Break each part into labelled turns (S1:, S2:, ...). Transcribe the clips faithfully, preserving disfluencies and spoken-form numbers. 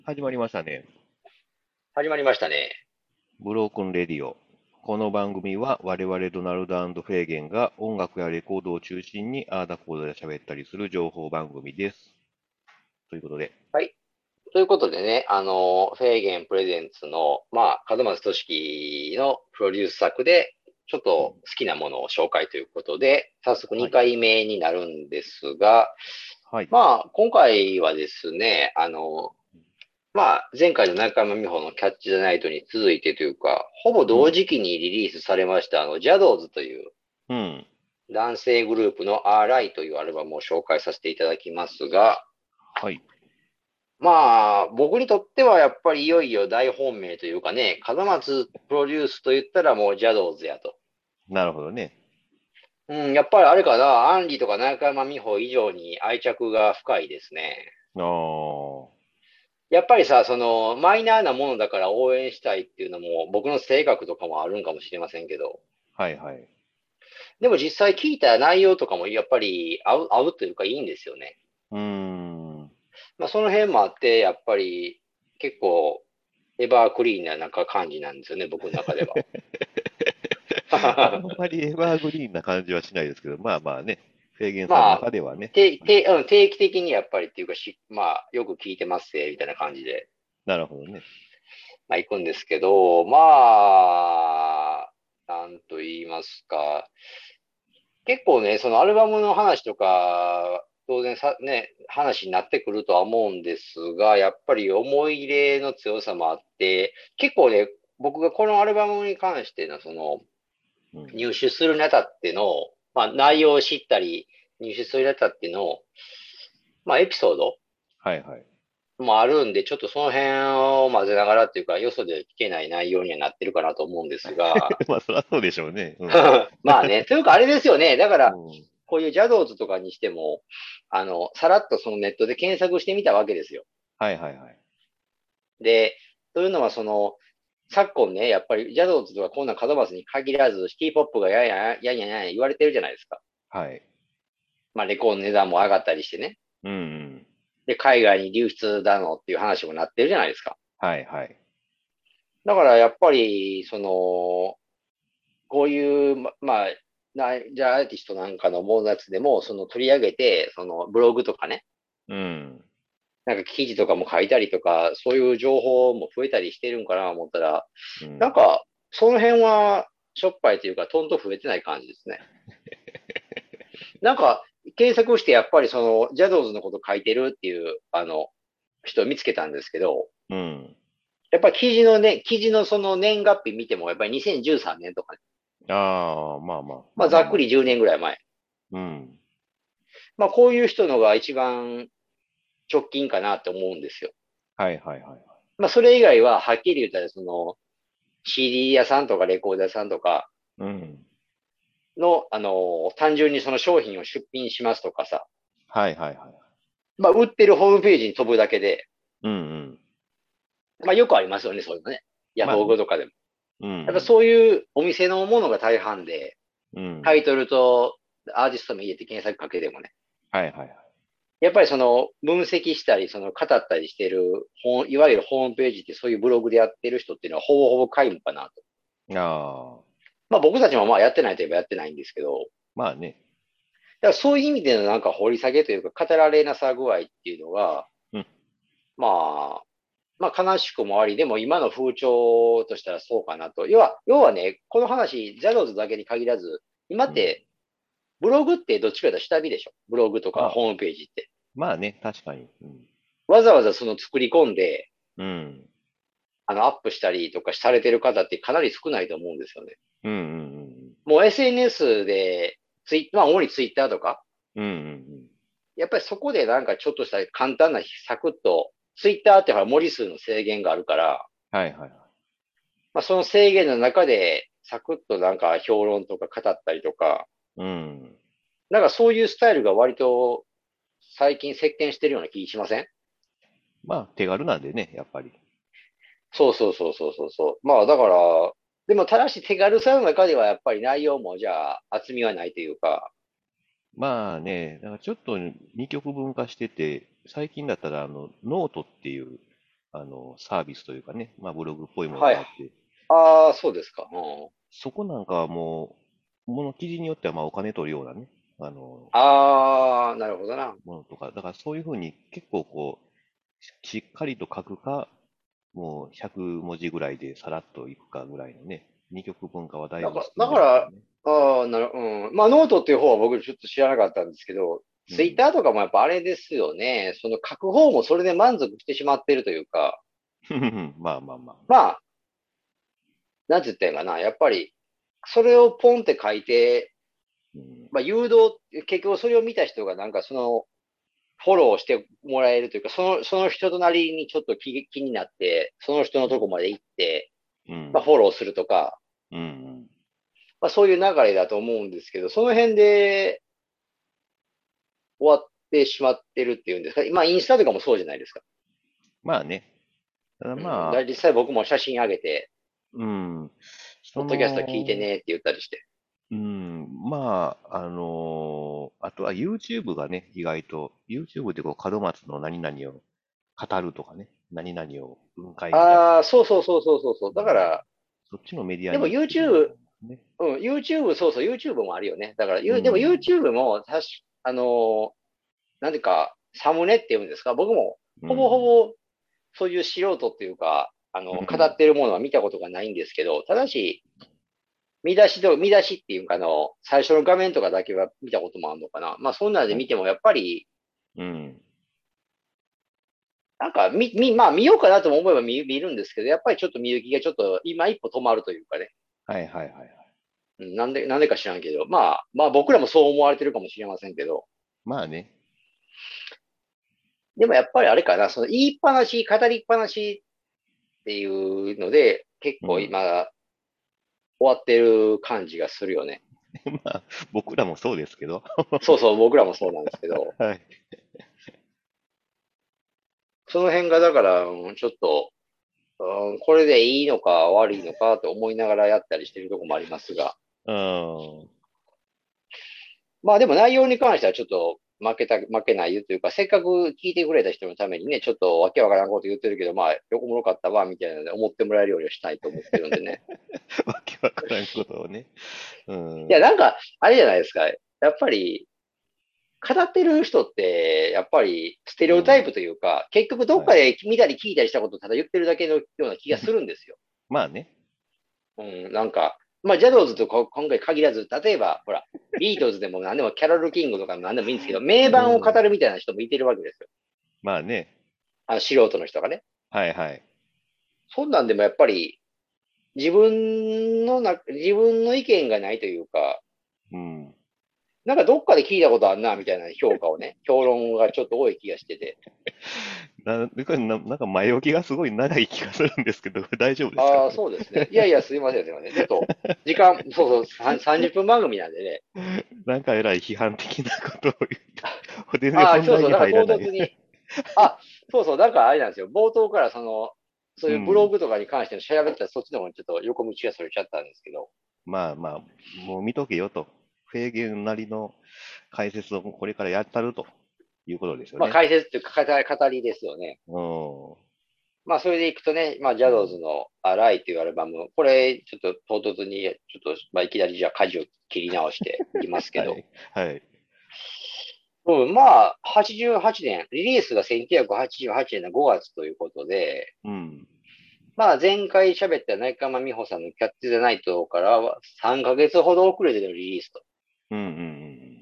S1: 始まりましたね。
S2: 始まりましたね。
S1: ブロークンレディオ。この番組は我々ドナルドフェーゲンが音楽やレコードを中心にあーだこーだで喋ったりする情報番組です。ということで、
S2: はい。ということでね、あの、フェーゲンプレゼンツの、まあ、門松俊樹のプロデュース作で、ちょっ
S1: うん、
S2: と好きなものを紹介ということで、早速
S1: はい、
S2: にかいめになるんですが、
S1: はい、
S2: まあ、今回はですね、あの、まあ、前回の中山美穂のキャッチ・ザ・ナイトに続いてというか、ほぼ
S1: うん、
S2: 同時期にリリースされました、あの、ジャドーズという
S1: うん、
S2: 男性グループの アールアイ というアルバムを紹介させていただきますが、
S1: はい、
S2: まあ、僕にとってはやっぱりいよいよ大本命というかね、門松プロデュースと言ったらもうジャドーズやと。
S1: なるほどね。
S2: うん、やっぱりあれかな、アンリとか中山美穂以上に愛着が深いですね。
S1: ああ、
S2: やっぱりさ、その、マイナーなものだから応援したいっていうのも僕の性格とかもあるんかもしれませんけど、
S1: はい、はい。
S2: でも実際聞いた内容とかもやっぱり合う、合うというかいいんですよね。
S1: うーん。
S2: まあその辺もあって、やっぱり結構エバークリーンななんか感じなんですよね、僕の中では。
S1: あんまりエバーグリーンな感じはしないですけど、まあまあね、フェーゲンさんの
S2: まあ、
S1: 中ではね。
S2: て、て、うん、定期的にやっぱりっていうかし、まあ、よく聞いてますぜ、みたいな感じで、
S1: なるほどね。
S2: まあ行くんですけど、まあ、なんと言いますか、結構ね、そのアルバムの話とか、当然さ、ね、話になってくるとは思うんですが、やっぱり思い入れの強さもあって、結構ね、僕がこのアルバムに関してのその、
S1: うん。
S2: 入手するにあたっての、まあ内容を知ったり、入手するにあたっての、まあエピソード
S1: はい、はい。
S2: もあるんで、ちょっとその辺を混ぜながらっていうか、よそで聞けない内容にはなってるかなと思うんですが、
S1: まあ、そりゃそうでしょうね。うん。
S2: まあね、というかあれですよね。だから、
S1: うん。
S2: こういうジャドーズとかにしても、あの、さらっとそのネットで検索してみたわけですよ。
S1: はい、はい、はい。
S2: で、というのはその、昨今ね、やっぱりジャドーズとかこんな門松に限らず、シティポップがやややややや言われてるじゃないですか。
S1: はい。
S2: まあレコードの値段も上がったりしてね。
S1: うん、うん。
S2: で、海外に流出だのっていう話もなってるじゃないですか。
S1: はい、はい。
S2: だからやっぱり、その、こういう、ま、まあ、なじゃあアーティストなんかのものやつでも、その取り上げて、そのブログとかね、
S1: うん。
S2: なんか記事とかも書いたりとか、そういう情報も増えたりしてるんかなと思ったら、
S1: うん。
S2: なんか、その辺は、しょっぱいというか、とんと増えてない感じですね。なんか、検索してやっぱりその、ジャドーズのこと書いてるっていう、あの、人を見つけたんですけど、
S1: うん。
S2: やっぱり記事のね、記事のその年月日見ても、やっぱりにせんじゅうさんねんとかね、
S1: ああ、まあまあ、
S2: まあ
S1: まあまあまあ。
S2: ざっくりじゅうねんぐらい前。
S1: うん。
S2: まあこういう人のが一番直近かなって思うんですよ。
S1: はいはいはい。
S2: まあそれ以外ははっきり言ったらその シーディー 屋さんとかレコード屋さんとか
S1: うん。
S2: の、あの、単純にその商品を出品しますとかさ、
S1: はいはいはい。
S2: まあ売ってるホームページに飛ぶだけで、
S1: うんうん。
S2: まあよくありますよね、そういうのね。ヤフ
S1: まあね。
S2: オクとかでも。
S1: うんう
S2: やっぱ
S1: ん。
S2: そういうお店のものが大半で、
S1: うん。
S2: タイトルとアーティスト名入れて検索かけてもね。
S1: はいはいはい。
S2: やっぱりその分析したり、その語ったりしてる本、いわゆるホームページってそういうブログでやってる人っていうのはほぼほぼ皆無かなと。
S1: ああ、
S2: まあ僕たちもまあやってないといえばやってないんですけど、
S1: まあね。
S2: だからそういう意味でのなんか掘り下げというか語られなさ具合っていうのが、
S1: うん。
S2: まあ、まあ悲しくもあり、でも今の風潮としたらそうかなと。要は、要はね、この話、ジャドーズだけに限らず、今
S1: うん。
S2: ってブログってどっちかというと下火でしょ。ブログと
S1: まあ、
S2: かホームページって。
S1: まあね。確かに。うん。
S2: わざわざその作り込んで、
S1: うん。
S2: あの、アップしたりとかされてる方ってかなり少ないと思うんですよね。
S1: うんうん
S2: もう エスエヌエス で、ツイまあ、主にツイッターとか、
S1: うん。うんうん
S2: やっぱりそこでなんかちょっとした簡単なサクッと、ツイッターってほら文字数の制限があるから、
S1: はいはいはい。
S2: まあ、その制限の中で、サクッとなんか評論とか語ったりとか、
S1: うん。
S2: なんかそういうスタイルが割と最近席巻してるような気しません？
S1: まあ、手軽なんでね、やっぱり。
S2: そうそうそうそうそうそう。まあだから、でもただし手軽さの中ではやっぱり内容もじゃあ厚みはないというか、
S1: まあね、なんかちょっと二極分化してて、最近だったら、あの、ノートっていう、 あの、サービスというかね、まあブログっぽいもの
S2: はい。
S1: があって、
S2: ああ、そうですか。うん。
S1: そこなんかはもう、もの記事によってはまあお金取るようなね、あの、
S2: ああ、なるほどな。
S1: ものとか、だからそういうふうに結構こう、ししっかりと書くか、もうひゃく文字ぐらいでさらっといくかぐらいのね、二極分化はだいぶ
S2: だから、
S1: 進んでますよ
S2: だから、
S1: ね。
S2: ああ、なる、うん。まあ、ノートっていう方は僕ちょっと知らなかったんですけど、ツイッ
S1: うん。
S2: ターとかもやっぱあれですよね。その書く方もそれで満足してしまってるというか、
S1: まあまあまあ。
S2: まあ、なんて言ったらいいかな。やっぱり、それをポンって書いて、
S1: うん。
S2: まあ、誘導、結局それを見た人がなんかその、フォローしてもらえるというか、その、その人となりにちょっと気、気になって、その人のとこまで行って、まあ、
S1: うん。
S2: フォローするとか、
S1: うん。
S2: まあ、そういう流れだと思うんですけど、その辺で終わってしまってるっていうんですか。まあ、インスタとかもそうじゃないですか。
S1: まあね。ただ
S2: うん。だ
S1: まあ、
S2: から実際僕も写真上げて、
S1: うん。そ
S2: ポッドキャスト聞いて
S1: の、
S2: ねって言ったりして。
S1: うん。まあ、あのあとは YouTube がね、意外と、YouTube でこう、門松の何々を語るとかね、何々を分解みたいな。
S2: ああ、そうそうそうそうそうそう。
S1: うん。
S2: だから、
S1: そっちのメディア
S2: でも
S1: に行ってるんだと
S2: YouTube、
S1: 思うんですね。
S2: うん、YouTube、そうそう、YouTube もあるよね。だから、
S1: う
S2: ゆでも
S1: ん。
S2: YouTube も、確か、あのーなんていうか、サムネって言うんですか。僕も、ほぼほ
S1: うん。
S2: ぼ、そういう素人っていうか、あの、語
S1: うん。
S2: ってるものは見たことがないんですけど、ただし、見出しと、見出しっていうかの、最初の画面とかだけは見たこともあるのかな。まあ、そんなんで
S1: はい。
S2: 見ても、やっぱり、
S1: うん。
S2: なんか、み、み、まあ、見ようかなとも思えば見、見るんですけど、やっぱりちょっと見行きがちょっと、今一歩止まるというかね。
S1: はいはいはいはい。
S2: うん、なんで、なんでか知らんけど、まあ、まあ僕らもそう思われてるかもしれませんけど、
S1: まあね。
S2: でもやっぱりあれかな、その言いっぱなし、語りっぱなしっていうので、結構
S1: うん。
S2: 今終わってる感じがするよね。
S1: まあ、僕らもそうですけど。
S2: そうそう、僕らもそうなんですけど、
S1: はい。
S2: その辺がだから、うんちょっと、うんこれでいいのか悪いのかと思いながらやったりしてるところもありますが、
S1: うん。
S2: まあでも内容に関してはちょっと負けた、負けないというか、せっかく聞いてくれた人のためにね、ちょっとわけわからんこと言ってるけど、まあ、よくおもろかったわ、みたいなので思ってもらえるようにはしたいと思ってるんでね。
S1: わけわからんことをね。う
S2: いや、
S1: ん。
S2: なんか、あれじゃないですか。やっぱり、語ってる人って、やっぱり、ステレオタイプ
S1: うん。
S2: というか、結局どっ
S1: はい。
S2: かで見たり聞いたりしたことをただ言ってるだけのような気がするんですよ。
S1: まあね。
S2: うん、なんか、まあ、ジャドーズとこ今回限らず、例えば、ほら、ビートルズでも何でもキャロル・キングとか何でもいいんですけど、名盤を語
S1: うん。
S2: るみたいな人もいてるわけですよ。
S1: まあね。
S2: あの、素人の人がね。
S1: はいはい。
S2: そんなんでもやっぱり、自分のな、自分の意見がないというか、
S1: うん。
S2: なんかどっかで聞いたことあるな、みたいな評価をね、評論がちょっと多い気がしてて。
S1: な、な、なんか前置きがすごい長い気がするんですけど、大丈夫ですか
S2: ああ、
S1: これ。
S2: そうですね。いやいや、すいません、すいません。ちょっと、時間、そうそう、さんさんじゅっぷん番組なんでね。
S1: なんかえらい批判的なことを言って、全然
S2: ああ、そうそう、
S1: 本題に
S2: だから
S1: 入らない。
S2: 唐突に、あ、そうそう、だからあれなんですよ。冒頭からその、そういうブロ
S1: うん。
S2: グとかに関しての調べてたらそっちの方にちょっと横道がそれちゃったんですけど。
S1: まあまあ、もう見とけよと。フェーゲンなりの解説をこれからやったるということですよ
S2: まあ
S1: ね。
S2: 解説というか語語りですよね。
S1: うん。
S2: まあそれでいくとね、まあジャドーズ
S1: うん。
S2: のアライっていうアルバム、これちょっと唐突に、ちょっと、まあいきなりじゃあ舵を切り直していきますけど。
S1: はい。はい。
S2: うん、まあ、はちじゅうはちねん、リリースがせんきゅうひゃくはちじゅうはちねんのごがつということで、
S1: うん。
S2: まあ前回喋った中山美穂さんのキャッツ・ザ・ナイトからはさんかげつほど遅れてのリリースと。
S1: うん。うん。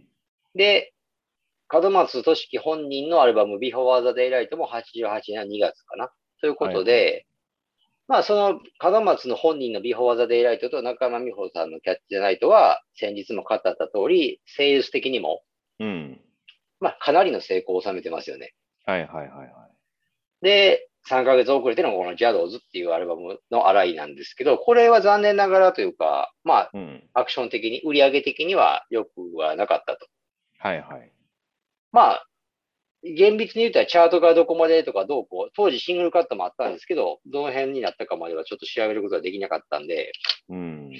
S2: で、門松俊樹本人のアルバム Before the Daylight もはちじゅうはちねんのにがつかな。というこ
S1: はいはい。
S2: とで、まあその門松の本人の Before the Daylight と中山美穂さんのキャッツ・ザ・ナイトは先日も語った通り、セールス的にも、
S1: うん。
S2: まあかなりの成功を収めてますよね。
S1: はいはいはいは
S2: で、さんかげつ遅れてのこの Jadows っていうアルバムのアライなんですけど、これは残念ながらというか、まあ、
S1: い。うん。
S2: アクション的に、売り上げ的には良くはなかったと。
S1: はいはい。
S2: まあ、厳密に言ったらチャートがどこまでとかどうこう、当時シングルカットもあったんですけど、どの辺になったかまではちょっと調べることができなかったんで、
S1: うん。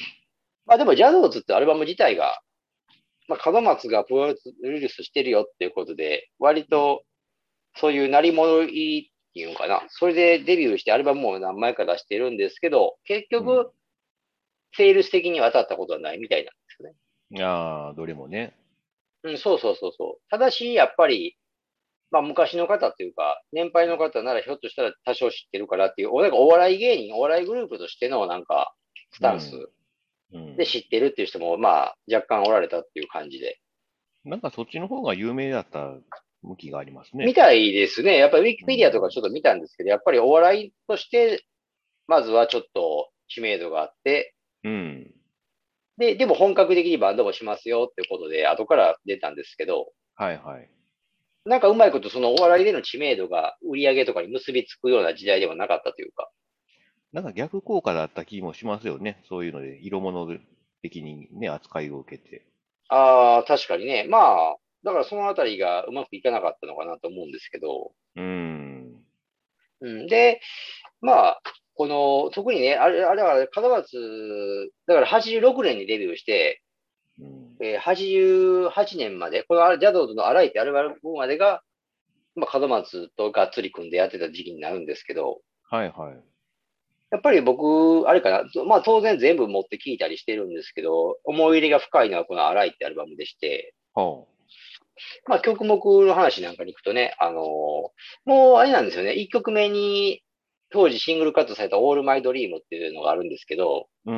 S2: まあでも Jadows ってアルバム自体が、まあ、門松がプロデュースしてるよっていうことで、割
S1: うん。
S2: とそういう鳴り物入りていうのかな。それでデビューしてアルバムも何枚か出してるんですけど、結
S1: うん。
S2: 局、セールス的に渡ったことはないみたいなんですよね。
S1: ああ、どれもね。
S2: うん、そうそうそうそう。ただし、やっぱり、まあ昔の方っていうか、年配の方ならひょっとしたら多少知ってるからっていう、おなんかお笑い芸人、お笑いグループとしてのなんか、スタンス
S1: うん。うん。
S2: で知ってるっていう人も、まあ若干おられたっていう感じで。
S1: なんかそっちの方が有名だった向きがありますね。
S2: みたいですね。やっぱりウィキ
S1: う
S2: ペディアとかちょ
S1: ん。
S2: っと見たんですけど、やっぱりお笑いとして、まずはちょっと知名度があって、
S1: うん。
S2: で、でも本格的にバンドもしますよっていうことで、後から出たんですけど、
S1: はいはい。
S2: なんかうまいことそのお笑いでの知名度が売り上げとかに結びつくような時代ではなかったというか。
S1: なんか逆効果だった気もしますよね。そういうので、色物的にね、扱いを受けて。
S2: ああ、確かにね。まあ、だからそのあたりがうまくいかなかったのかなと思うんですけど。
S1: うん。
S2: うん、で、まあ、この、特にね、あれ、あれは門松、だからはちじゅうろくねんにデビューして、
S1: うん。
S2: えーはちじゅうはちねんまで、このあれジャドーズの荒いってアルバムまでが、まあ、門松とがっつり組んでやってた時期になるんですけど、
S1: はいはい。
S2: やっぱり僕、あれかな、まあ当然全部持って聞いたりしてるんですけど、思い入れが深いのはこの荒いってアルバムでして、
S1: は
S2: まあ曲目の話なんかに行くとね、あのーもうあれなんですよね、いっきょくめに当時シングルカットされたオールマイドリームっていうのがあるんですけど、
S1: あ。うん。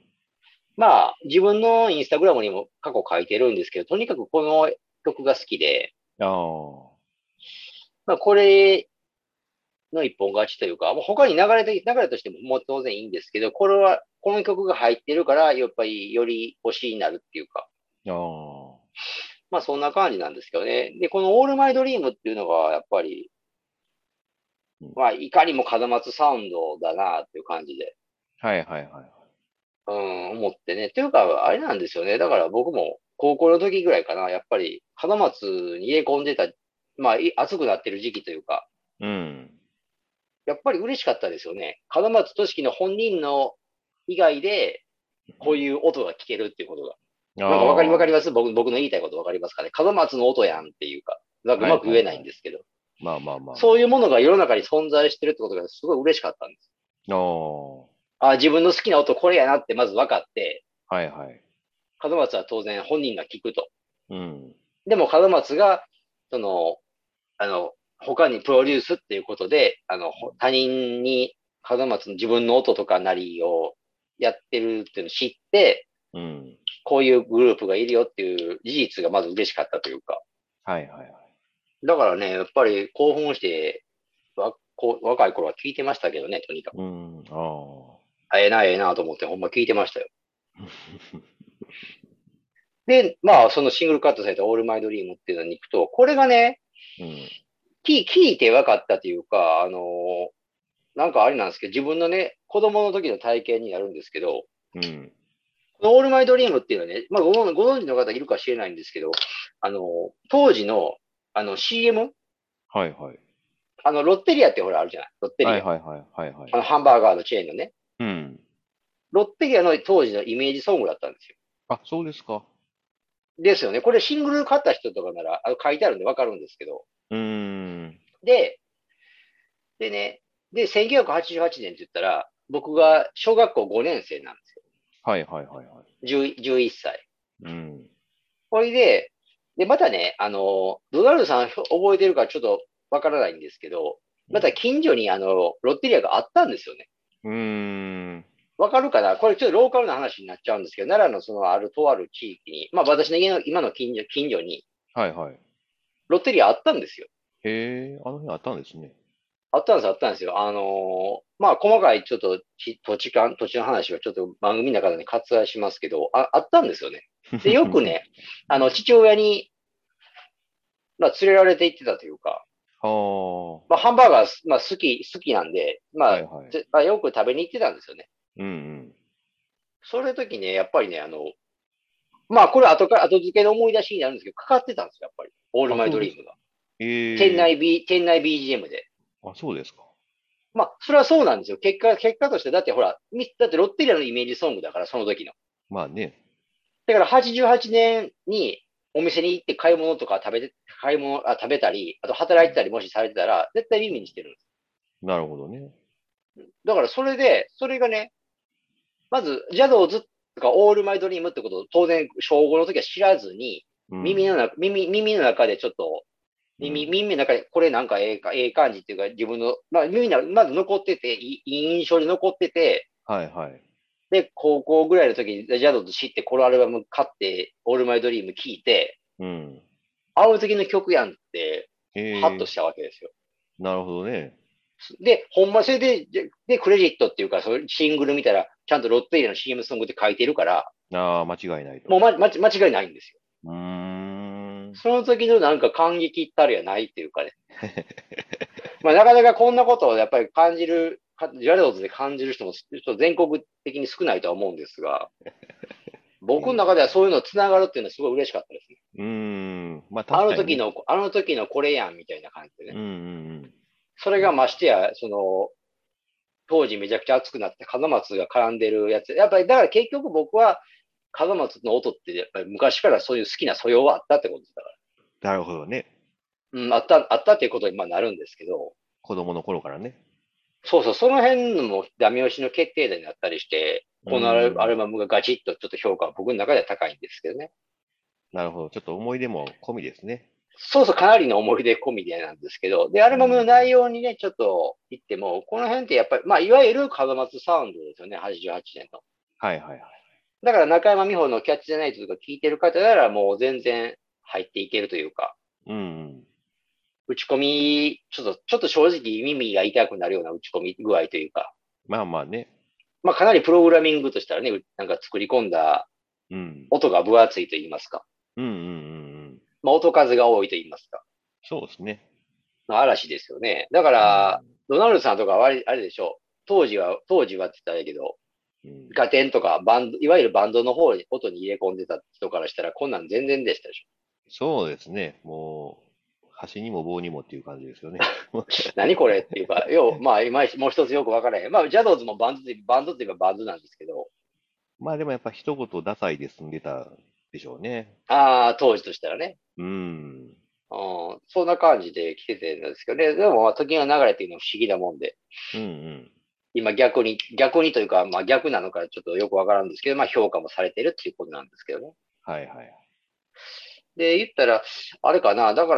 S2: まあ自分のインスタグラムにも過去書いてるんですけど、とにかくこの曲が好きで、
S1: ああ。
S2: まあこれの一本勝ちというか、もう他に流れて、流れとしてももう当然いいんですけど、これは、この曲が入ってるから、やっぱりより推しになるっていうか、
S1: ああ。
S2: まあそんな感じなんですけどね。で、このオールマイドリームっていうのが、やっぱり、
S1: うん。
S2: まあいかにも門松サウンドだなっていう感じで、
S1: はいはいはい。
S2: うん、思ってね。というか、あれなんですよね。だから僕も高校の時ぐらいかな、やっぱり門松に入れ込んでた、まあい熱くなってる時期というか、
S1: うん。
S2: やっぱり嬉しかったですよね。門松俊樹の本人の以外で、こういう音が聞けるっていうことが。
S1: あ
S2: なんかわかりわか
S1: あ。
S2: ります僕、僕の言いたいことわかりますかね。門松の音やんっていうか。なんかう
S1: はい
S2: まく言えな
S1: はいはい。
S2: いんですけど。
S1: まあまあまあま
S2: そういうものが世の中に存在してるってことがすごい嬉しかったんです。
S1: あ。ああ。は
S2: あ、自分の好きな音これやなってまず分かって、
S1: いはい。
S2: 門松は当然本人が聞くと。
S1: うん。
S2: でも門松が、その、あの、他にプロデュースっていうことで、あの、他人に門松の自分の音とかなりをやってるっていうのを知って、
S1: うん。
S2: こういうグループがいるよっていう事実がまず嬉しかったというか。
S1: はいはいはい。
S2: だからね、やっぱり興奮して、わこ若い頃は聞いてましたけどね、とにかく。
S1: うん。ああ。
S2: あええな、ええなと思ってほんま聞いてましたよ。で、まあ、そのシングルカットされたオールマイドリームっていうのに行くと、これがね、
S1: うん。
S2: 聞聞いて分かったというか、あのーなんかあれなんですけど、自分のね、子供の時の体験になるんですけど、
S1: うん。
S2: このオールマイドリームっていうのはね、まあご、ご存知の方いるか知れないんですけど、あのー当時の、あの シーエム、
S1: はいはい。
S2: あの、ロッテリアってほらあるじゃない、ロッテリア。
S1: はいはいはいはいはい。
S2: あの、ハンバーガーのチェーンのね。
S1: うん。
S2: ロッテリアの当時のイメージソングだったんですよ。
S1: あ、そうですか。
S2: ですよね。これシングル買った人とかなら、あの書いてあるんでわかるんですけど。
S1: うーん。
S2: で、でね、で、せんきゅうひゃくはちじゅうはちねんって言ったら、僕
S1: うん。
S2: が小学校ごねん生なんですよ。
S1: はいはいはいはい。
S2: じゅう、じゅういっさい。
S1: うん。
S2: これで、で、またね、あの、ドナルドさん覚えてるかちょっとわからないんですけど、また
S1: うん。
S2: 近所にあの、ロッテリアがあったんですよね。
S1: うーん。
S2: わかるかなこれちょっとローカルな話になっちゃうんですけど、奈良のそのあるとある地域に、まあ私の家の今の近所、近所に
S1: はいはい。
S2: ロッテリアあったんですよ。
S1: へえ、あの辺あったんですね。
S2: あったんです、あったんですよ。あのーまあ、細かいちょっとち土地間、土地の話はちょっと番組の中で割愛しますけど、あ、あったんですよね。で、よくね、あの、
S1: うん。
S2: 父親に、まあ、連れられて行ってたというか、
S1: はあ。は
S2: まあ、ハンバーガー、まあ、好き、好きなんで、まあ、
S1: いはい。
S2: ぜまあ、よく食べに行ってたんですよね。
S1: うんうん。
S2: それ時ね、やっぱりね、あの、まあ、これ後から、後付けの思い出しになるんですけど、かかってたんですよ、やっぱり。オール
S1: あ、
S2: マイ
S1: そうですか。
S2: ドリームが。店
S1: ええ。
S2: 内 B、店内 ビージーエム で。
S1: あ、そうですか。
S2: まあ、それはそうなんですよ。結果、結果として、だってほら、みだってロッテリアのイメージソングだから、その時の。
S1: まあね。
S2: だからはちじゅうはちねんにお店に行って買い物とか食べて、買い物、あ、食べたり、あと働いてたりもしされてたら、絶対耳にしてるんです。
S1: なるほどね。
S2: だからそれで、それがね、まず、ジャドーズとかオールマイドリームってことを当然、小ごの時は知らずに、
S1: うん。
S2: 耳の中、耳、耳の中でちょっと、耳、
S1: うん。
S2: 耳の中でこれなんかええか、ええ感じっていうか、自分の、まあ耳のまず残ってて、いい印象に残ってて、
S1: はいはい。
S2: で、高校ぐらいの時にジャドーズ知って、このアルバム買って、オールマイドリーム聴いて、
S1: うん。
S2: あの時の曲やんって、ハッと
S1: ええ、
S2: したわけですよ。
S1: なるほどね。
S2: で、ほんま、それで、で、でクレジットっていうか、そのシングル見たら、ちゃんとロッテリアの シーエム ソングって書いてるから、
S1: ああ、間違いないと。
S2: もうま、ま、間違いないんですよ。
S1: うーん。
S2: その時のなんか感激ったるやないっていうかね。まあ、なかなかこんなことをやっぱり感じる、かジャレオズで感じる人もちょっと全国的に少ないとは思うんですが、僕の中ではそういうのつながるっていうのはすごい嬉しかったですね。
S1: うーん。まあ
S2: あ
S1: 確かにね。
S2: の時の、あの時のこれやんみたいな感じでね。
S1: うんうん
S2: それが
S1: うん。
S2: ましてや、その、当時めちゃくちゃ熱くなって門松が絡んでるやつ。やっぱり、だから結局僕は門松の音ってやっぱり昔からそういう好きな素養はあったってことだから。
S1: なるほどね。
S2: うん、あった、あったっていうことにまあなるんですけど、
S1: 子供の頃からね。
S2: そうそう、その辺のもダメ押しの決定打になったりして、
S1: う
S2: このアルアル
S1: ん。
S2: バムがガチッとちょっと評価は僕の中では高いんですけどね。
S1: なるほど。ちょっと思い出も込みですね。
S2: そうそう、かなりの思い出込みでなんですけど、で、アルバムの
S1: うん。
S2: 内容にね、ちょっと言っても、この辺ってやっぱり、まあ、いわゆる門松サウンドですよね、はちじゅうはちねんの。
S1: はいはいはい。
S2: だから中山美穂のキャッチじゃないとか聞いてる方ならもう全然入っていけるというか、
S1: うん。
S2: 打ち込み、ちょっと、ちょっと正直耳が痛くなるような打ち込み具合というか、
S1: まあまあね。
S2: まあかなりプログラミングとしたらね、なんか作り込んだ
S1: うん。
S2: 音が分厚いと言いますか、
S1: うんうんうんうん。
S2: まあ音数が多いと言いますか、
S1: そうですね。
S2: まあ嵐ですよね。だか
S1: うん。
S2: ら、ドナルドさんとかはあれあれでしょう。当時は、当時はって言ったらいいけど、
S1: うん。
S2: ガテンとかバンド、いわゆるバンドの方に音に入れ込んでた人からしたらこんなん全然でしたでし
S1: そうですね。もう、端にも棒にもっていう感じですよね。
S2: ょ。何これっていうか、要、まあ、いまいちもう一つよくわからへん。まあ、ジャドーズもバンドで、バンドって言えばバンドなんですけど、
S1: まあでもやっぱ一言ダサいで済んでたでしょうね。
S2: ああ、当時としたらね。
S1: うん。
S2: うん、そんな感じで来ててるんですけどね。でも、まあ時の流れっていうのは不思議なもんで、
S1: うんうん。
S2: 今逆に、逆にというか、まあ逆なのかちょっとよくわからんですけど、まあ評価もされてるっていうことなんですけどね。
S1: はいはい。
S2: で、言ったら、あれかな、だから、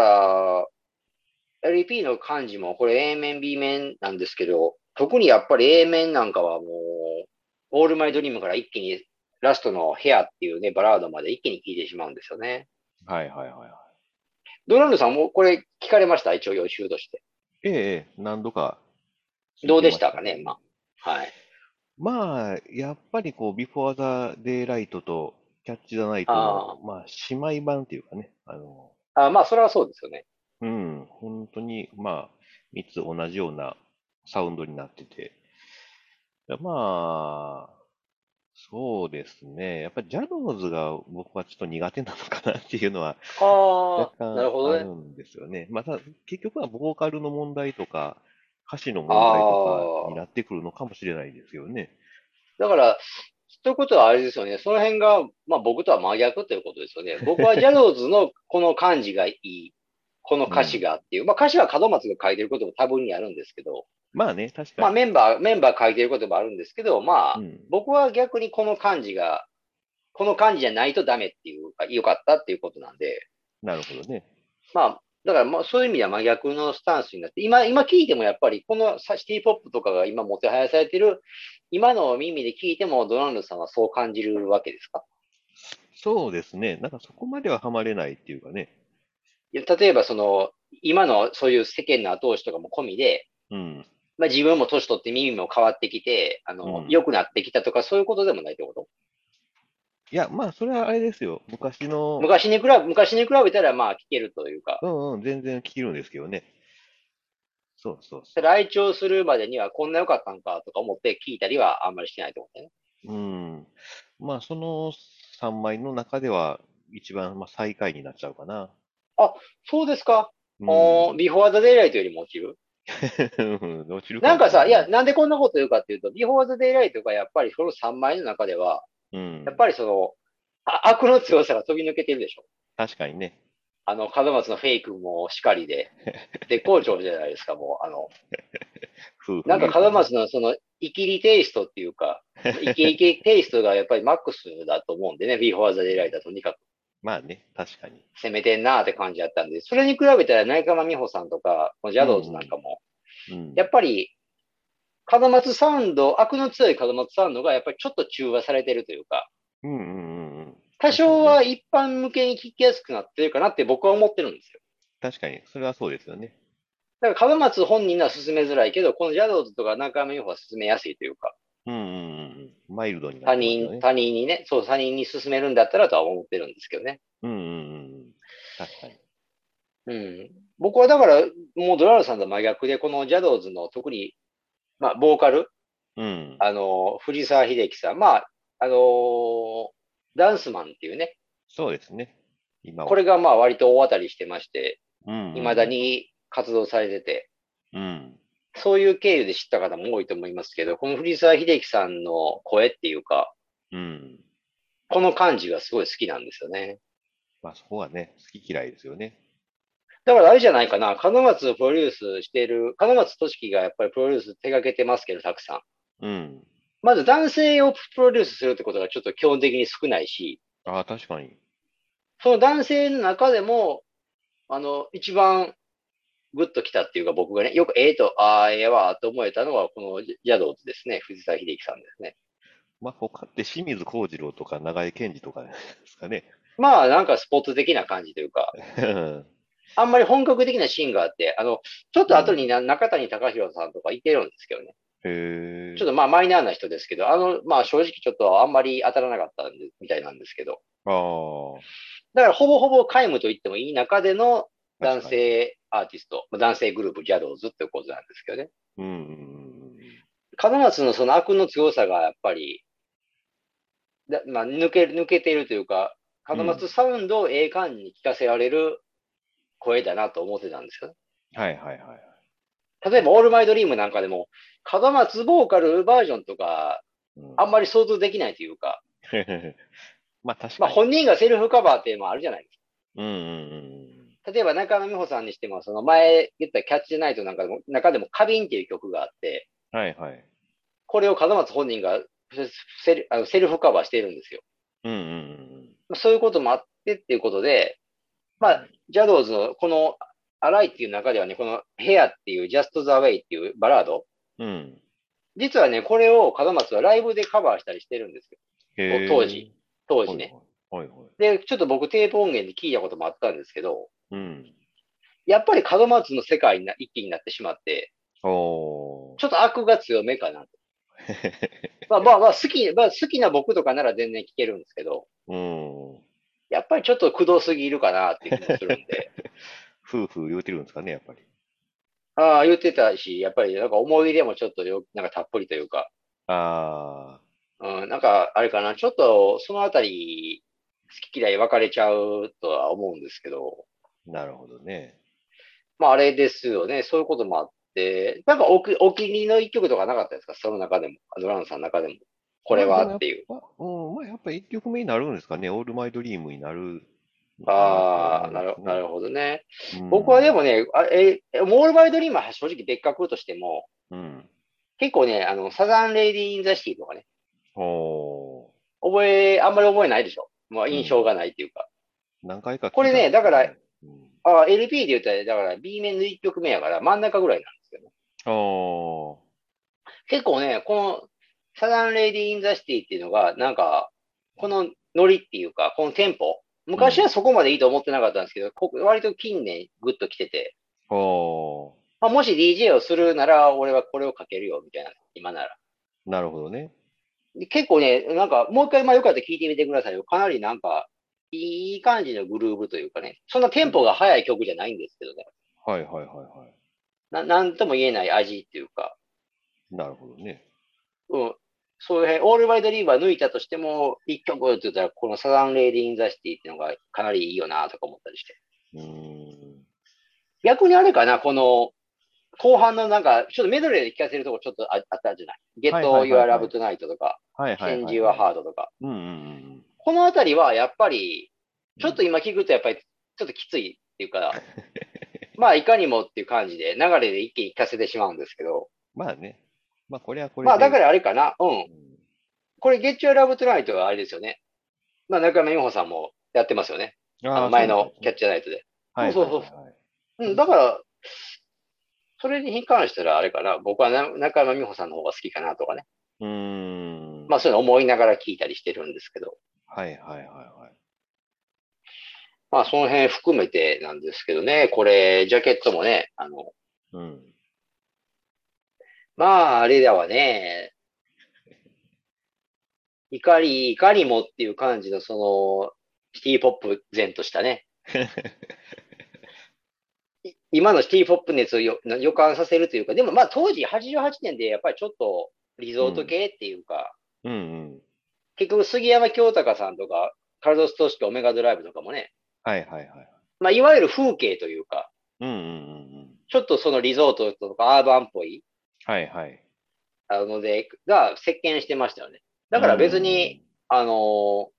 S2: エルイーピー の漢字もこれ A 面 B 面なんですけど、特にやっぱり A 面なんかはもう、オールマイドリームから一気にラストのヘアっていうね、バラードまで一気に聴いてしまうんですよね。
S1: はいはいはいは
S2: ドナルドさんもこれ聞かれました一応予習として。
S1: い。ええ、ええ何度か聞い
S2: どう
S1: て
S2: でしたかね
S1: ましたけどね。
S2: まあ。はい。
S1: まあ、やっぱりこう、ビフォーザデイライトとキャッチザナイトの、
S2: あ
S1: まあ、姉妹版っていうかね、あの、
S2: あ。あまあ、それはそうですよね。
S1: うん、本当に、まあ、三つ同じようなサウンドになってて、まあ、そうですね。やっぱりジャノーズが僕はちょっと苦手なのかなっていうのは若
S2: ああ、なる
S1: 干
S2: ほどね。
S1: あるんですよね。また、結局はボーカルの問題とか、歌詞の
S2: あ
S1: 問題とかにな
S2: あ。
S1: ってくるのかもしれないですよね。
S2: だから、ということはあれですよね。その辺が、まあ僕とは真逆ということですよね。僕はジャドーズのこの感じがいい。この歌詞
S1: うん。
S2: がっていう。まあ歌詞は門松が書いてることも多分にあるんですけど、
S1: まあね、確か
S2: まあ
S1: に。
S2: メンバー、メンバー書いてることもあるんですけど、まあ
S1: うん。
S2: 僕は逆にこの感じが、この感じじゃないとダメっていうか、良かったっていうことなんで、
S1: なるほどね。
S2: まあ、だからまあそういう意味では真逆のスタンスになって、今、今聞いてもやっぱりこのシティポップとかが今もてはやされてる、今の耳で聞いてもドナルドさんはそう感じるわけですか？
S1: そうですね。なんかそこまではハマれないっていうかね。
S2: いや例えばその、今のそういう世間の後押しとかも込みで、
S1: うん。
S2: まあ自分も年取って耳も変わってきて、あの、
S1: うん。
S2: 良くなってきたとかそういうことでもないってこと？
S1: いや、まあ、それはあれですよ。昔の、
S2: 昔に比べ、昔に比べたらまあ聞けるというか、
S1: うんうん、全然聞けるんですけどね。そうそうそ
S2: 来庁するまでにはこんな良かったんかとか思って聞いたりはあんまりしてないってことね。
S1: う。うん。まあ、そのさんまいの中では、一番、まあ、最下位になっちゃうかな。
S2: あ、そうですか。
S1: う
S2: おー、
S1: ん。
S2: ビフォーザデイライトよりも落ちる？
S1: 落ちるかも
S2: なんかさ、いや、
S1: しれないね。
S2: なんでこんなこと言うかっていうと、ビフォーザデイライトがやっぱりそのさんまいの中では、
S1: うん。
S2: やっぱりその、あ悪の強さが飛び抜けてるでしょ。
S1: 確かにね。
S2: あの、門松のフェイクもしかりで、絶好調じゃないですか、もう、あの、
S1: 夫婦
S2: なんか
S1: 喧嘩ね。
S2: 門松のその、イキリテイストっていうか、イケイケテイストがやっぱりマックスだと思うんでね、ビーフォーザデイライトとにかく
S1: まあね、確かに。
S2: 攻めてんなーって感じだったんで、それに比べたら内川美穂さんとか、このジャドーズなん
S1: うん
S2: かも、
S1: うん。うん。
S2: やっぱり、門松サウンド、悪の強い門松サウンドがやっぱりちょっと中和されてるというか、
S1: うんうんうんうん。
S2: 多
S1: 確かにね。
S2: 少は一般向けに聞きやすくなってるかなって僕は思ってるんですよ。
S1: 確かに。それはそうですよね。
S2: だから門松本人は進めづらいけど、このジャドーズとか中山美穂は進めやすいというか、
S1: うんうんうんうん。マイルドになっ
S2: 他人、
S1: てますよね。
S2: 他人にね、そう、他人に進めるんだったらとは思ってるんですけどね。
S1: うんうんうんうん。確かに。
S2: うん。僕はだから、もうドラルさんと真逆で、このジャドーズの特に、まあ、ボーカル、
S1: うん。
S2: あの、藤沢秀樹さん、まあ、あのダンスマンっていうね、
S1: そうですね。今は。
S2: これがまあ割と大当たりしてまして、
S1: うんう
S2: 未だ
S1: ん
S2: に活動されてて、
S1: うん。うん。
S2: そういう経由で知った方も多いと思いますけど、この藤沢秀樹さんの声っていうか、
S1: うん。
S2: この感じがすごい好きなんですよね。
S1: まあそこはね、好き嫌いですよね。
S2: だからあれじゃないかな、門松をプロデュースしている、門松俊樹がやっぱりプロデュース手掛けてますけど、たくさん。
S1: うん。
S2: まず男性をプロデュースするってことがちょっと基本的に少ないし、
S1: ああ、確かに。
S2: その男性の中でも、あの、一番グッときたっていうか僕がね、よくええと、ああ、ええわ、と思えたのはこのジャドーズですね。藤沢秀樹さんですね。
S1: まあ他って清水幸次郎とか長井健二とかですかね。
S2: まあなんかスポーツ的な感じというか、
S1: うん
S2: あんまり本格的なシーンがあって、あの、ちょっと後に
S1: うん。
S2: な中谷隆弘さんとかいてるんですけどね。
S1: へえ。
S2: ちょっとまあマイナーな人ですけど、あの、まあ正直ちょっとあんまり当たらなかったんでみたいなんですけど。
S1: ああ、
S2: だからほぼほぼ皆無と言ってもいい中での男
S1: 確かに。
S2: 性アーティスト、男性グループ、ジャドーズっていうことなんですけどね。
S1: うんうん
S2: 門松のその悪の強さがやっぱり、だまあ、抜け、抜けているというか、門
S1: うんうん。うん。
S2: 松サウンドをええ感じに聞かせられる声だなと思ってたんですよね。
S1: はいはいはいはい。
S2: 例えば、オールマイドリームなんかでも、門松ボーカルバージョンとか、
S1: うん。
S2: あんまり想像できないというか、
S1: まあ確
S2: まあ
S1: かに。
S2: 本人がセルフカバーっていうのもあるじゃないです
S1: うんうんうん
S2: か。例えば中野美穂さんにしても、その前言ったキャッチナイトなんかでも、中でも花瓶っていう曲があって、
S1: うん。はいはい。
S2: これを門松本人がセルあのセルフカバーしているんですよ。
S1: うんうん
S2: そういうこともあってっていうことで、まあ、
S1: うんうん。
S2: ジャドーズのこのアライっていう中ではね、このヘアっていう Just the Way っていうバラード、
S1: うん。
S2: 実はね、これを門松はライブでカバーしたりしてるんですよ。当
S1: へえ。
S2: 時。当時ね。
S1: はいはい。はいはい。
S2: で、ちょっと僕テープ音源で聞いたこともあったんですけど、
S1: うん。
S2: やっぱり門松の世界に一気になってしまって、
S1: おー。
S2: ちょっと悪が強めかなと。まあまあまあ好き、まあ好きな僕とかなら全然聞けるんですけど、
S1: うん。
S2: やっぱりちょっとくどすぎるかなっていう気もするんで、
S1: 夫婦言うてるんですかね、やっぱり。
S2: ああ、言ってたし、やっぱりなんか思い入れもちょっとよ、なんかたっぷりというか、
S1: あ
S2: うん、なんかあれかな、ちょっとそのあたり好き嫌い分かれちゃうとは思うんですけど、
S1: ー、なるほどね。
S2: まああれですよね、そういうこともあって、なんかおきお気に入りの一曲とかなかったですか、その中でも、ドラムさんの中でも。これ
S1: まあでもやっ
S2: はっていう。
S1: ぱ、うん、まあやっぱ一曲目になるんですかね。オールマイドリームになるのかなとは
S2: ああ、
S1: 思い
S2: なる、
S1: ますね。
S2: なるほどね。
S1: う
S2: 僕はで
S1: ん。
S2: もね、あえ、モールバイドリームは正直別格としても、
S1: うん。
S2: 結構ね、あの、サザンレイディー・イン・ザ・シティとかね、
S1: お
S2: 覚え、あんまり覚えないでしょ。まあ、
S1: ー。うん。
S2: 印象がないっていうか。
S1: 何回か聞いたんで
S2: これね、だから、
S1: すけどね。うん。
S2: あ、エルピー で言ったら、だから B 面のいっきょくめやから真ん中ぐらいなんですよね。
S1: おー。
S2: 結構ね、このサザンレイディー・イン・ザ・シティっていうのが、なんか、このノリっていうか、このテンポ、昔は
S1: うん。
S2: そこまでいいと思ってなかったんですけど、こ割と近年グッと来てて、
S1: お
S2: まあ、もし ディージェー をするなら、俺はこれをかけるよ、みたいな、今なら。
S1: ー。なるほどね。
S2: で結構ね、なんか、もう一回、まあよかったら聞いてみてくださいよ。かなりなんか、いい感じのグルーブというかね、そんなテンポが
S1: うん。
S2: 速い曲じゃないんですけどね。
S1: はいはいはいは
S2: な、なんとも言えない味っていうか、
S1: い。なるほどね。
S2: うん。そういう辺、オールバイドリーバー抜いたとしても、一曲って言ったら、このサザンレイディー・イン・ザ・シティっていうのがかなりいいよなとか思ったりして。
S1: うーん。
S2: 逆にあれかな、この、後半のなんか、ちょっとメドレーで聴かせるとこちょっとああったじゃない。Get
S1: はいはいはい
S2: Your
S1: は
S2: Love
S1: い。
S2: Tonight とか、
S1: はいはい
S2: Change
S1: はい
S2: Your
S1: はい。
S2: Heart とか。
S1: うんうん
S2: このあたりはやっぱり、
S1: うんうん。
S2: ちょっと今聞くとやっぱりちょっときついっていうか、まあ、いかにもっていう感じで、流れで一気に聞かせてしまうんですけど、
S1: まあね。まあこれはこれ
S2: まあ、だ
S1: で、
S2: からあれかな、うん。
S1: うん、
S2: これ、ゲッチュアラブトゥナイトはあれですよね。まあ、中山美穂さんもやってますよね。あ
S1: ああ、そう
S2: の前
S1: みたいですね。
S2: のキャッチャーナイトで。
S1: はいはい
S2: そうそうそう
S1: はいはい。
S2: そう。うん、
S1: それで、
S2: だから、それに関してはあれかな。僕はな中山美穂さんの方が好きかなとかね。
S1: うーん。
S2: まあ、そういうの思いながら聞いたりしてるんですけど。
S1: はいはいはいはい。
S2: まあ、その辺含めてなんですけどね。これ、ジャケットもね、あの、
S1: うん。
S2: まあ、あれだわね。怒り、怒りもっていう感じの、その、シティポップ前としたね。い今のシティポップ熱をよ予感させるというか、でもまあ当時はちじゅうはちねんでやっぱりちょっとリゾート
S1: うん。
S2: 系っていうか、
S1: うんうん。
S2: 結局杉山清隆さんとか、カルロス・トシキオメガドライブとかもね、
S1: はいはいはい。
S2: まあいわゆる風景というか、
S1: うんうんうんうん。
S2: ちょっとそのリゾートとかアーバンっぽい、
S1: はいはい。
S2: あので、が席巻してましたよね。だ
S1: う
S2: から別に、
S1: ん。
S2: あの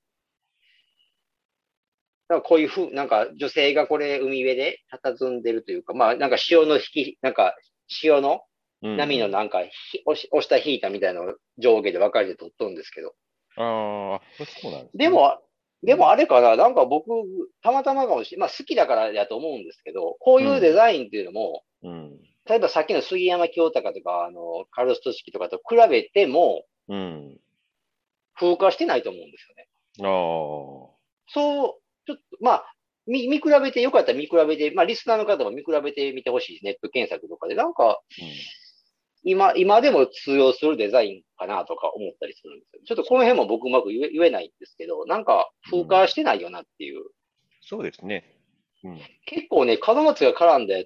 S2: なんかこういうふう、なんか女性がこれ海辺で佇んでるというか、まあなんか潮の引き、なんか潮の
S1: うんうん。
S2: 波のなんかひ押し押した引いたみたいなのを上下で分かれて撮っとるんですけど。
S1: ああ、そそうなんですね。
S2: でも、でも
S1: うん。
S2: あれかな、なんか僕、たまたまかもしれまあ好きだからだと思うんですけど、こういうデ
S1: うん。
S2: ザインっていうのも、
S1: うん。
S2: 例えばさっきの杉山清隆とか、あの、カルロス・トシキとかと比べても、
S1: うん。
S2: 風化してないと思うんですよね。
S1: ああ。
S2: そう、ちょっと、まあ、見、見比べて、よかったら見比べて、まあ、リスナーの方も見比べてみてほしいです。ネット検索とかで。なんか、
S1: うん。
S2: 今、今でも通用するデザインかなとか思ったりするんですよ。ちょっとこの辺も僕うまく言え、言えないんですけど、なんか、風化
S1: うん。
S2: してないよなっていう。
S1: そうですね。うん。
S2: 結構ね、門松が絡んだやつって、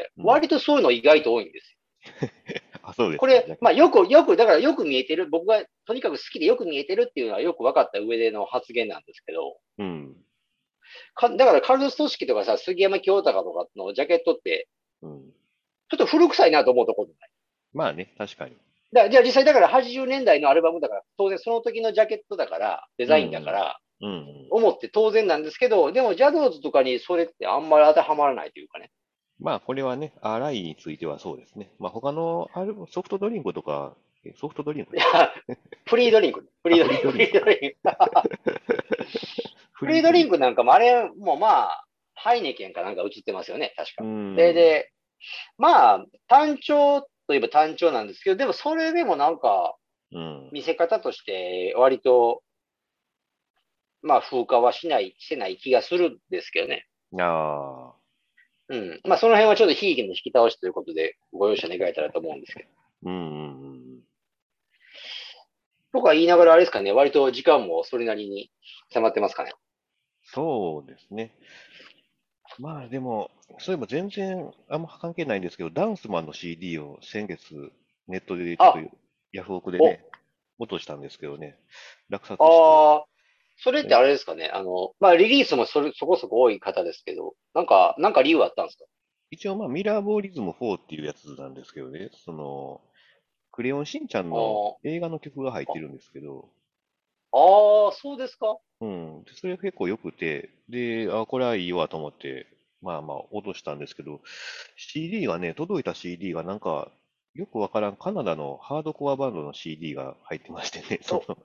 S1: うん。
S2: 割とそういうの意外と多いんですよ。
S1: あ、そうですか。ジャ
S2: これ、まあ、
S1: ケット。
S2: よく、よく、だからよく見えてる、僕がとにかく好きでよく見えてるっていうのはよく分かった上での発言なんですけど、
S1: うん。
S2: かだからカルロス・組織とかさ、杉山清隆とかのジャケットって、
S1: うん。
S2: ちょっと古臭いなと思うところない。
S1: まあね、確かに。
S2: だじゃあ実際だからはちじゅうねんだいのアルバムだから、当然その時のジャケットだから、デザインだか
S1: うん。
S2: ら、
S1: うん。うん。
S2: 思って当然なんですけど、でもジャドーズとかにそれってあんまり当てはまらないというかね。
S1: まあ、これはね、アライについてはそうですね。まあ、他のあるソフトドリンクとか、えソフトドリンクだっけ？
S2: いや、フリードリンク、フリ
S1: あ、フリー
S2: ードリンク、フリー
S1: ドリンクか。
S2: ドリンク。
S1: フ
S2: フリードリン
S1: リードリンク。
S2: クなんかもあれ、もうまあ、ハイネケンかなんか映ってますよね、確
S1: う
S2: か。で、
S1: ん。
S2: で、まあ、単調といえば単調なんですけど、でもそれでもなんか、
S1: うん。
S2: 見せ方として割と、まあ、風化はしない、してない気がするんですけどね。
S1: ああ。
S2: うん。まあ、その辺はちょっとひいきの引き倒しということで、ご容赦願えたらと思うんですけど。
S1: うんうんうん。
S2: とか言いながらあれですかね、割と時間もそれなりに迫ってますかね。
S1: そうですね。まあでも、そういえば全然あんま関係ないんですけど、ダンスマンの シーディー を先月ネットでちょっと
S2: あ、
S1: ヤフオクで
S2: お、
S1: ね、落としたんですけどね、落札して、
S2: ああ、それって
S1: え
S2: あれですかね。あの、まあ、リリースもそれ、そこそこ多い方ですけど、なんか、なんか理由あったんですか？
S1: 一応まあミラーボーリズムフォーっていうやつなんですけどね、その、クレヨンしんちゃんの
S2: あ
S1: 映画の曲が入ってるんですけど、
S2: あ、ああ、そうですか。
S1: うん、でそれが結構良くて、で、あ、これはいいわと思って、まあまあ落としたんですけど、シーディー がね、届いた シーディー がなんか、よくわからんカナダのハードコアバンドの シーディー が入ってましてね、そ
S2: お、
S1: の、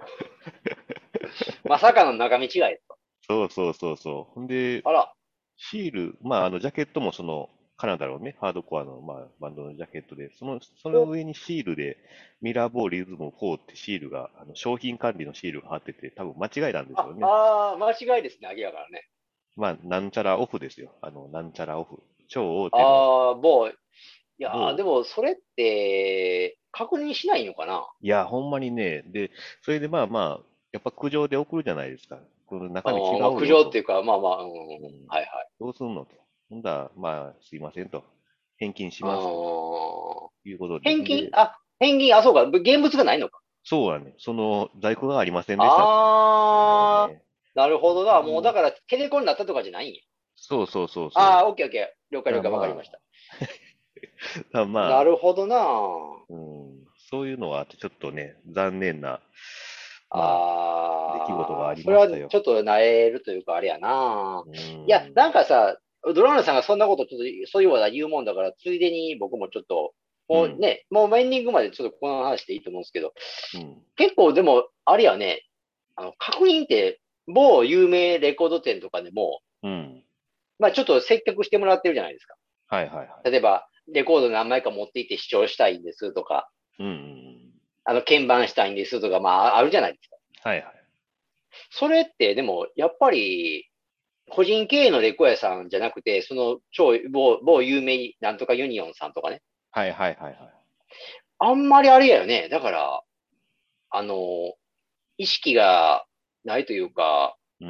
S2: まさかの中身違いですか？
S1: そうそうそうそう。ほんで、
S2: あら、
S1: シール、まああのジャケットもその、カナダのね、ハードコアの、まあ、バンドのジャケットで、その、その
S2: お、
S1: 上にシールで、ミラーボーリズムフォーってシールが、あの商品管理のシールが貼ってて、多分間違いなんでしょ
S2: あ、
S1: うね。
S2: ああ、間違いですね、明らかね。
S1: まあ、なんちゃらオフですよ。あの、なんちゃらオフ。超大手の
S2: ああ、某、いやー、
S1: 某、
S2: でも、それって、確認しないのかな？
S1: いや、ほんまにね、で、それでまあまあ、やっぱ苦情で送るじゃないですか。この中身違
S2: あーまあ、苦
S1: うよと。
S2: 情っていうか、まあまあ、うん、
S1: うん。
S2: はいはい。
S1: どうすんのと。ほんだら、まあ、すいませんと。返金し
S2: あ
S1: ますと
S2: ー
S1: いうことで。
S2: 返金
S1: で、
S2: あ、返金、あ、そうか、現物がないのか。
S1: そうはね、その在庫がありませんでしたって。もう
S2: ああ、
S1: ね、
S2: なるほどな。もうだ
S1: もう、
S2: から、テレコになったとかじゃないんや。
S1: そうそうそう
S2: ああ、
S1: そ
S2: オッケーオッケー。了
S1: う。
S2: 解了解、わかり
S1: だま
S2: ました。
S1: あ、だまあ、
S2: なるほどな。
S1: うん、そういうのはあって、ちょっとね、残念な。 まあ、出来事があ
S2: ああ、
S1: り
S2: それは
S1: ましたよ。
S2: ちょっとなえるというか、あれやな。
S1: う
S2: いや、
S1: ん。
S2: なんかさ、ドラムさんがそんなことちょっと、そういう話題言うもんだから、ついでに僕もちょっと、
S1: うん。
S2: もうね、もうエンディングまでちょっとこの話でいいと思うんですけど、
S1: うん。
S2: 結構でも、あれやね、あの、確認って、某有名レコード店とかでも、
S1: うん。
S2: まあちょっと接客してもらってるじゃないですか。
S1: はいはいはい。
S2: 例えば、レコード何枚か持って行って視聴したいんですとか、
S1: うんうんうん。
S2: あの、鍵盤したいんですとか、まあ、あるじゃないですか。
S1: はいはい。
S2: それって、でも、やっぱり、個人経営のレコ屋さんじゃなくて、その超某、某有名なんとかユニオンさんとかね。
S1: はいはいはいはい。
S2: あんまりあれやよね。だから、あの、意識がないというか、
S1: うん。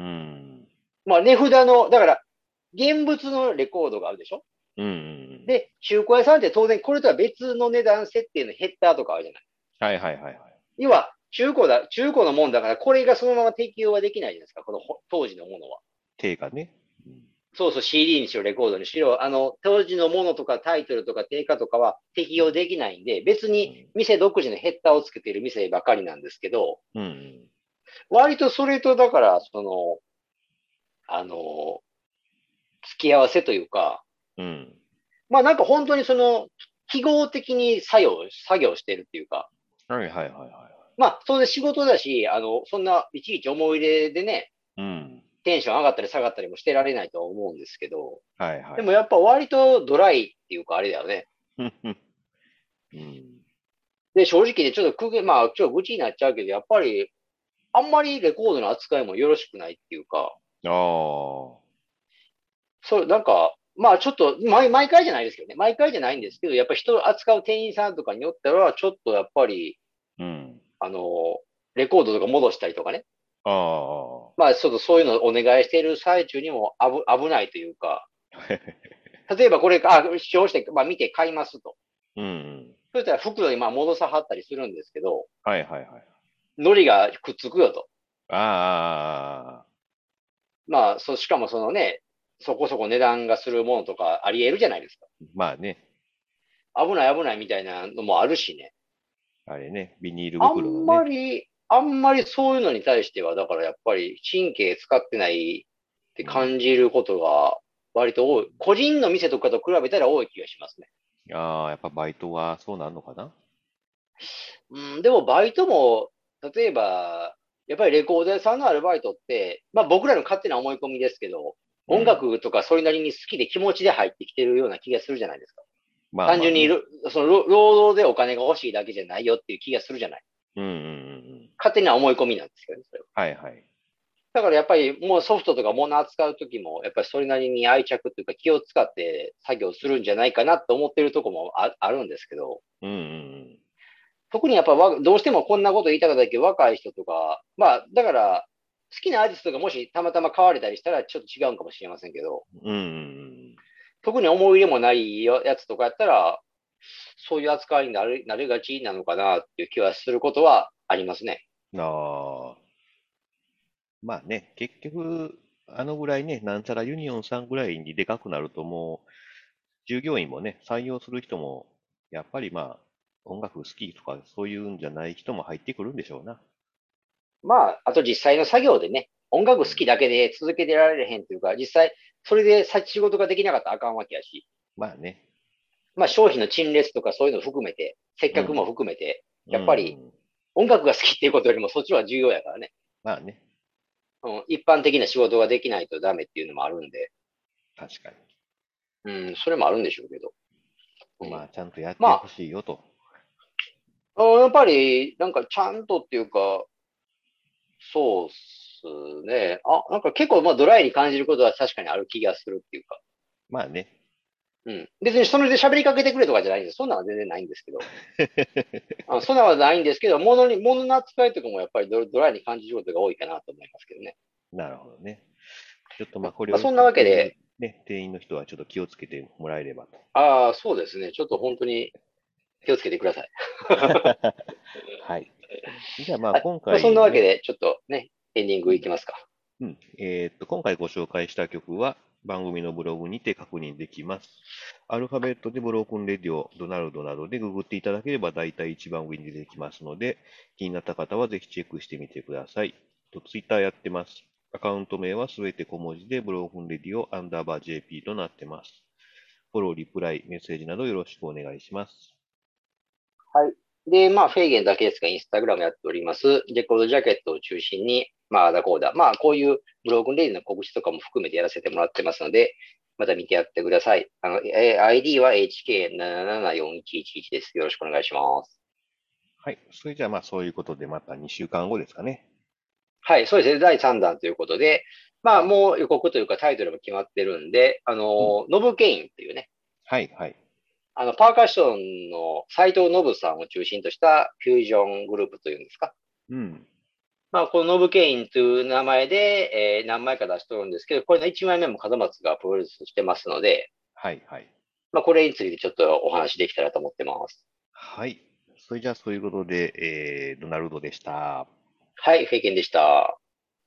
S2: まあ値札の、だから、現物のレコードがあるでしょ。
S1: うんうんうん。
S2: で、中古屋さんって当然これとは別の値段設定のヘッダーとかあるじゃない。
S1: はいはいはいはい。
S2: 要は、中古だ、中古のもんだから、これがそのまま適用はできないじゃないですか。この当時のものは。
S1: 定価ね。うん。
S2: そうそう、シーディー にしろ、レコードにしろ、あの、当時のものとかタイトルとか定価とかは適用できないんで、別に店独自のヘッダーをつけている店ばかりなんですけど、
S1: うん。
S2: 割とそれと、だから、その、あの、付き合わせというか、
S1: うん。
S2: まあなんか本当にその、記号的に作業、作業してるっていうか、
S1: はいはいはいは
S2: まあ、当然仕事だし、あの、そんないちいち思い入れでね、
S1: い。うん。
S2: テンション上がったり下がったりもしてられないとは思うんですけど、
S1: はいはい。
S2: でもやっぱ割とドライっていうかあれだよね。
S1: うん。
S2: で、正直でちょっとくぐ、まあ、ちょっと愚痴になっちゃうけど、やっぱり、あんまりレコードの扱いもよろしくないっていうか、
S1: ああ。
S2: そう、なんか、まあちょっと、毎、毎回じゃないですけどね。毎回じゃないんですけど、やっぱ人を扱う店員さんとかによっては、ちょっとやっぱり、
S1: うん。
S2: あの、レコードとか戻したりとかね。
S1: ああ。
S2: まあちょっとそういうのをお願いしている最中にも危、危ないというか、例えばこれ、あ、視聴して、まあ見て買いますと。
S1: うん。
S2: そしたら袋にまあ戻さはったりするんですけど、
S1: はいはいはい。
S2: 海苔がくっつくよと。
S1: ああ。
S2: まあ、そ、しかもそのね、そこそこ値段がするものとかあり得るじゃないですか。
S1: まあね。
S2: 危ない危ないみたいなのもあるしね。
S1: あれね。ビニール
S2: あんま
S1: 袋のね。
S2: り、あんまりそういうのに対しては、だからやっぱり神経使ってないって
S1: うん。
S2: 感じることが割と多い。個人の店とかと比べたら多い気がしますね。
S1: ああ、やっぱバイトはそうなるのかな。
S2: うん、でもバイトも、例えば、やっぱりレコード屋さんのアルバイトって、まあ僕らの勝手な思い込みですけど、音
S1: うん。
S2: 楽とかそれなりに好きで気持ちで入ってきてるような気がするじゃないですか。
S1: まあまあね。
S2: 単純にその労働でお金が欲しいだけじゃないよっていう気がするじゃない。
S1: うんうんうんうん。
S2: 勝手な思い込みなんですけどね、それは。
S1: はいはい。
S2: だからやっぱりもうソフトとか物扱うときも、やっぱりそれなりに愛着というか気を使って作業するんじゃないかなと思ってるとこもああるんですけど、
S1: うんうん
S2: 特にやっぱわどうしてもこんなこと言いたかったけど、若い人とか、まあ、だから、好きなアーティストがもしたまたま買われたりしたらちょっと違うんかもしれませんけど、
S1: うん。うんうん
S2: 特に思い入れもないやつとかやったら、そういう扱いになる、なりがちなのかなっていう気はすることはありますね。
S1: うん。ああ。まあね、結局、あのぐらいね、なんちゃらユニオンさんぐらいにでかくなるともう、従業員もね、採用する人も、やっぱりまあ、音楽好きとかそういうんじゃない人も入ってくるんでしょうな。
S2: まあ、あと実際の作業でね、音楽好
S1: うん。
S2: きだけで続けてられへんというか、実際、それで先仕事ができなかったらあかんわけやし、
S1: まあね。
S2: まあ商品の陳列とかそういうのを含めて、接客も
S1: うん。
S2: 含めて、
S1: う
S2: やっぱり
S1: ん。
S2: 音楽が好きっていうことよりもそっちは重要やからね。
S1: まあね。
S2: うん、一般的な仕事ができないとダメっていうのもあるんで、
S1: 確か
S2: うん、それもあるんでしょうけど。う
S1: に。ま
S2: ん、
S1: あ、ちゃんとやってほ
S2: ま
S1: しいよと。
S2: あ、やっぱり、なんかちゃんとっていうか、そうっすね。あ、なんか結構まあドライに感じることは確かにある気がするっていうか。
S1: まあね。
S2: うん。別にそれで喋りかけてくれとかじゃないんです。そんなのは全然ないんですけど。あ、そんなのはないんですけど、物に、物の扱いとかもやっぱりドドライに感じることが多いかなと思いますけどね。
S1: なるほどね。ちょっとまあ、
S2: うん、
S1: これを
S2: まあそんな
S1: 聞いてる
S2: わけで、
S1: ね、店員の人はちょっと気をつけてもらえればと。
S2: ああ、そうですね。ちょっと本当に気をつけてください。
S1: はい。じゃあまあ、
S2: はい。
S1: 今
S2: まあそんな
S1: 回ね、
S2: わけで、ちょっとね、エンディングいきますか。
S1: うん。えーっと、今回ご紹介した曲は、 番組のブログにて確認できます。アルファベットでブロークンレディオ、ドナルドなどでググっていただければ大体一番上に出てきますので、気になった方はぜひチェックしてみてください。と、ツイッターやってます。アカウント名はすべて小文字でブロークンレディオアンダーバー ジェーピー となってます。フォロー、リプライ、メッセージなどよろしくお願いします。
S2: はい。で、まあ、フェーゲンだけですが、インスタグラムやっております。レコードジャケットを中心に、まあ、あだこうだ。まあ、こういうブログレイズの告知とかも含めてやらせてもらってますので、また見てやってください。あの、えー アイディー は エイチケーななななよんいちいちいち です。よろしくお願いします。
S1: はい。それじゃあまあそういうことでまたにしゅうかんごですかね。
S2: はい、そうですね。だいさん弾ということで、まあ、もう予告というかタイトルも決まってるんで、あ
S1: うん。
S2: の、ノブ・ケインっていうね、
S1: はい、はい。
S2: あの、パーカッションの斎藤ノブさんを中心としたフュージョングループというんですか。
S1: うん。
S2: まあ、このノブ・ケインという名前で、えー何枚か出しとるんですけど、これのいちまいめも門松がプロデュースしてますので、
S1: はい、はい。
S2: まあ、これについてちょっとお話できたらと思ってます。
S1: はい。それじゃあそういうことで、えー、ドナルドでした。
S2: はい、経験でした。